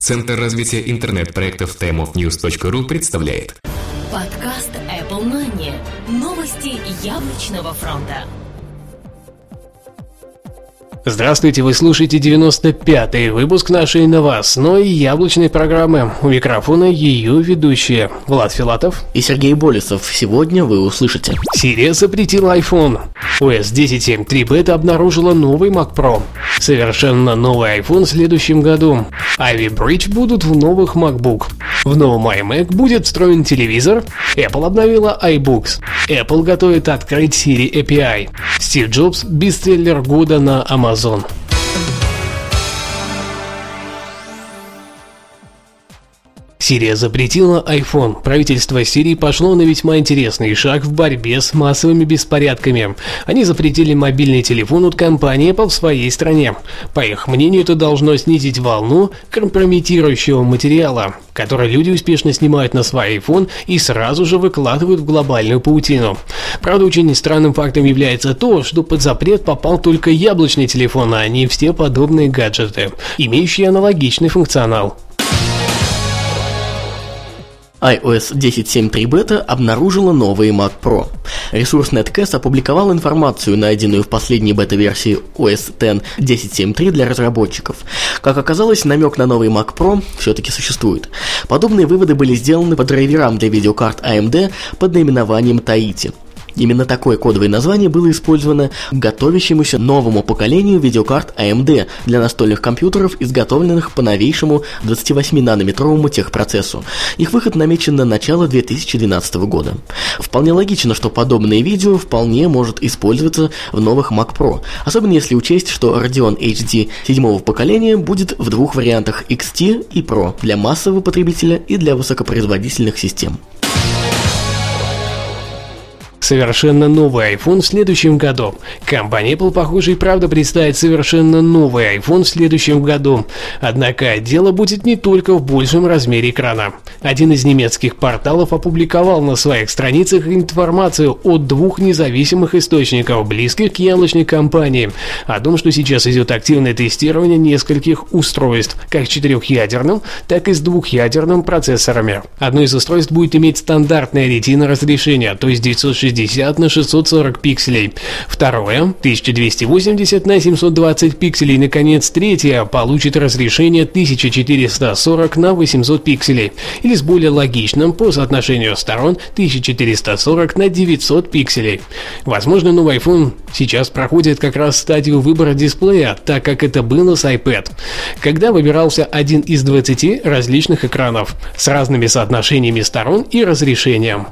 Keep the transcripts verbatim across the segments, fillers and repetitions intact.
Центр развития интернет-проектов тайм оф ньюс точка ру представляет подкаст Apple Money. Новости яблочного фронта. Здравствуйте, вы слушаете девяносто пятый выпуск нашей новостной яблочной программы. У микрофона ее ведущие Влад Филатов и Сергей Болесов. Сегодня вы услышите: Siri запретила iPhone. о эс десять точка семь три бета обнаружила новый Mac Pro. Совершенно новый iPhone в следующем году. Ivy Bridge будут в новых MacBook. В новом iMac будет встроен телевизор. Apple обновила iBooks. Apple готовит открыть Siri эй пи ай. Стив Джобс – бестселлер года на Amazon. Сирия запретила iPhone. Правительство Сирии пошло на весьма интересный шаг в борьбе с массовыми беспорядками. Они запретили мобильный телефон от компании Apple в своей стране. По их мнению, это должно снизить волну компрометирующего материала, который люди успешно снимают на свой iPhone и сразу же выкладывают в глобальную паутину. Правда, очень странным фактом является то, что под запрет попал только яблочный телефон, а не все подобные гаджеты, имеющие аналогичный функционал. iOS десять точка семь точка три бета обнаружила новые Mac Pro. Ресурс Netcast опубликовал информацию, найденную в последней бета-версии о эс десять точка семь точка три для разработчиков. Как оказалось, намек на новый Mac Pro все-таки существует. Подобные выводы были сделаны по драйверам для видеокарт эй эм ди под наименованием Tahiti. Именно такое кодовое название было использовано к готовящемуся новому поколению видеокарт эй эм ди для настольных компьютеров, изготовленных по новейшему двадцативосьминанометровому техпроцессу. Их выход намечен на начало две тысячи двенадцатого года. Вполне логично, что подобное видео вполне может использоваться в новых Mac Pro, особенно если учесть, что Radeon эйч ди седьмого поколения будет в двух вариантах икс ти и Pro для массового потребителя и для высокопроизводительных систем. Совершенно новый iPhone в следующем году. Компания Apple, похоже, и правда представит совершенно новый iPhone в следующем году. Однако дело будет не только в большем размере экрана. Один из немецких порталов опубликовал на своих страницах информацию от двух независимых источников, близких к яблочной компании, о том, что сейчас идет активное тестирование нескольких устройств, как с четырехъядерным, так и с двухъядерным процессорами. Одно из устройств будет иметь стандартное ретино разрешение, то есть девятьсот шестьдесят на шестьсот сорок пикселей. Второе – тысяча двести восемьдесят на семьсот двадцать пикселей. Наконец, третье получит разрешение тысяча четыреста сорок на восемьсот пикселей. Или с более логичным по соотношению сторон тысяча четыреста сорок на девятьсот пикселей. Возможно, новый iPhone сейчас проходит как раз стадию выбора дисплея, так как это было с iPad, когда выбирался один из двадцати различных экранов с разными соотношениями сторон и разрешением.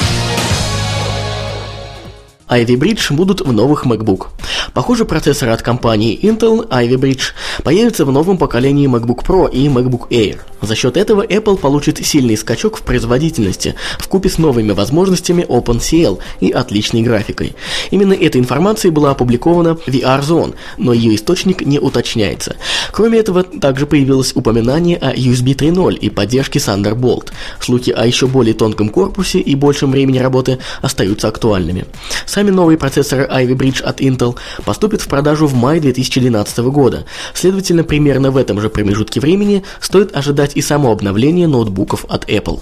Ivy Bridge будут в новых MacBook. Похоже, процессоры от компании Intel Ivy Bridge появятся в новом поколении MacBook Pro и MacBook Air. За счет этого Apple получит сильный скачок в производительности вкупе с новыми возможностями OpenCL и отличной графикой. Именно эта информация была опубликована в ви ар Zone, но ее источник не уточняется. Кроме этого, также появилось упоминание о ю эс би три ноль и поддержке Thunderbolt. Слухи о еще более тонком корпусе и большем времени работы остаются актуальными. Сами новые процессоры Ivy Bridge от Intel поступят в продажу в мае две тысячи двенадцатого года. Следовательно, примерно в этом же промежутке времени стоит ожидать и само обновление ноутбуков от Apple.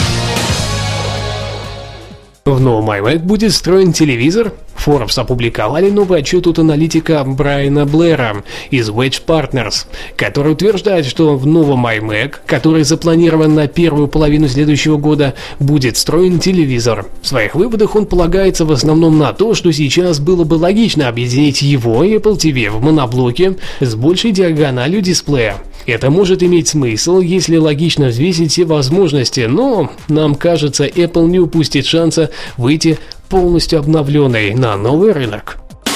В новом iMac будет встроен телевизор. Forbes опубликовали новый отчет от аналитика Брайана Блэра из Wedge Partners, который утверждает, что в новом iMac, который запланирован на первую половину следующего года, будет встроен телевизор. В своих выводах он полагается в основном на то, что сейчас было бы логично объединить его и Apple ти ви в моноблоке с большей диагональю дисплея. Это может иметь смысл, если логично взвесить все возможности, но, нам кажется, Apple не упустит шанса выйти полностью обновленной на новый рынок.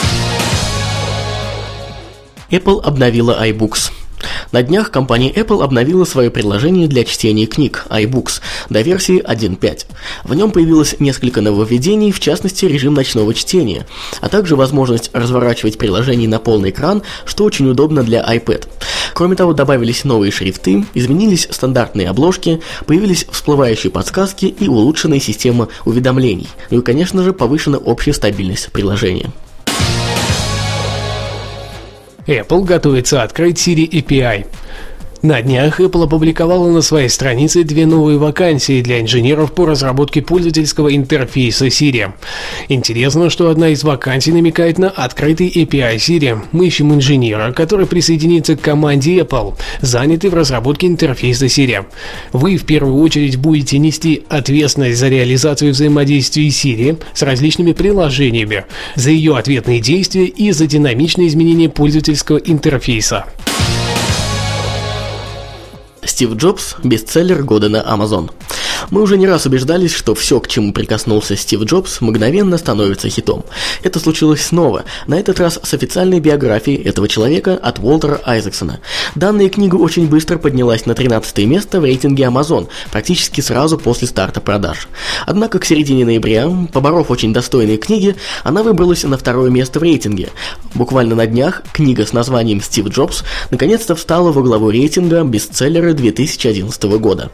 Apple обновила iBooks. На днях компания Apple обновила свое приложение для чтения книг iBooks до версии один точка пять. В нем появилось несколько нововведений, в частности режим ночного чтения, а также возможность разворачивать приложение на полный экран, что очень удобно для iPad. Кроме того, добавились новые шрифты, изменились стандартные обложки, появились всплывающие подсказки и улучшенная система уведомлений. Ну и, конечно же, повышена общая стабильность приложения. Apple готовится открыть Siri эй пи ай. На днях Apple опубликовала на своей странице две новые вакансии для инженеров по разработке пользовательского интерфейса Siri. Интересно, что одна из вакансий намекает на открытый эй пи ай Siri. Мы ищем инженера, который присоединится к команде Apple, занятый в разработке интерфейса Siri. Вы в первую очередь будете нести ответственность за реализацию взаимодействия Siri с различными приложениями, за ее ответные действия и за динамичное изменение пользовательского интерфейса. Стив Джобс – бестселлер года на Amazon. Мы уже не раз убеждались, что все, к чему прикоснулся Стив Джобс, мгновенно становится хитом. Это случилось снова, на этот раз с официальной биографией этого человека от Уолтера Айзексона. Данная книга очень быстро поднялась на тринадцатое место в рейтинге Amazon, практически сразу после старта продаж. Однако к середине ноября, поборов очень достойные книги, она выбралась на второе место в рейтинге. Буквально на днях книга с названием «Стив Джобс» наконец-то встала во главу рейтинга бестселлера две тысячи одиннадцатого года.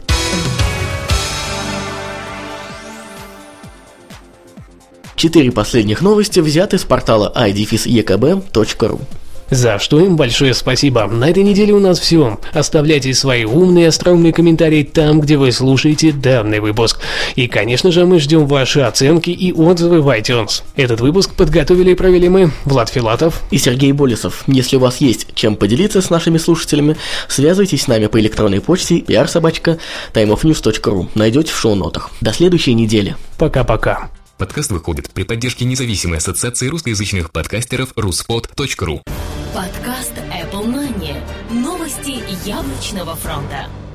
Четыре последних новости взяты с портала ай дефис и ка бэ точка ру. За что им большое спасибо. На этой неделе у нас все. Оставляйте свои умные, остроумные комментарии там, где вы слушаете данный выпуск. И, конечно же, мы ждем ваши оценки и отзывы в iTunes. Этот выпуск подготовили и провели мы, Влад Филатов и Сергей Болесов. Если у вас есть чем поделиться с нашими слушателями, связывайтесь с нами по электронной почте пи ар собака таймофньюз точка ру. Найдете в шоу-нотах. До следующей недели. Пока-пока. Подкаст выходит при поддержке независимой ассоциации русскоязычных подкастеров руспод точка ру. Подкаст Apple Money. Новости яблочного фронта.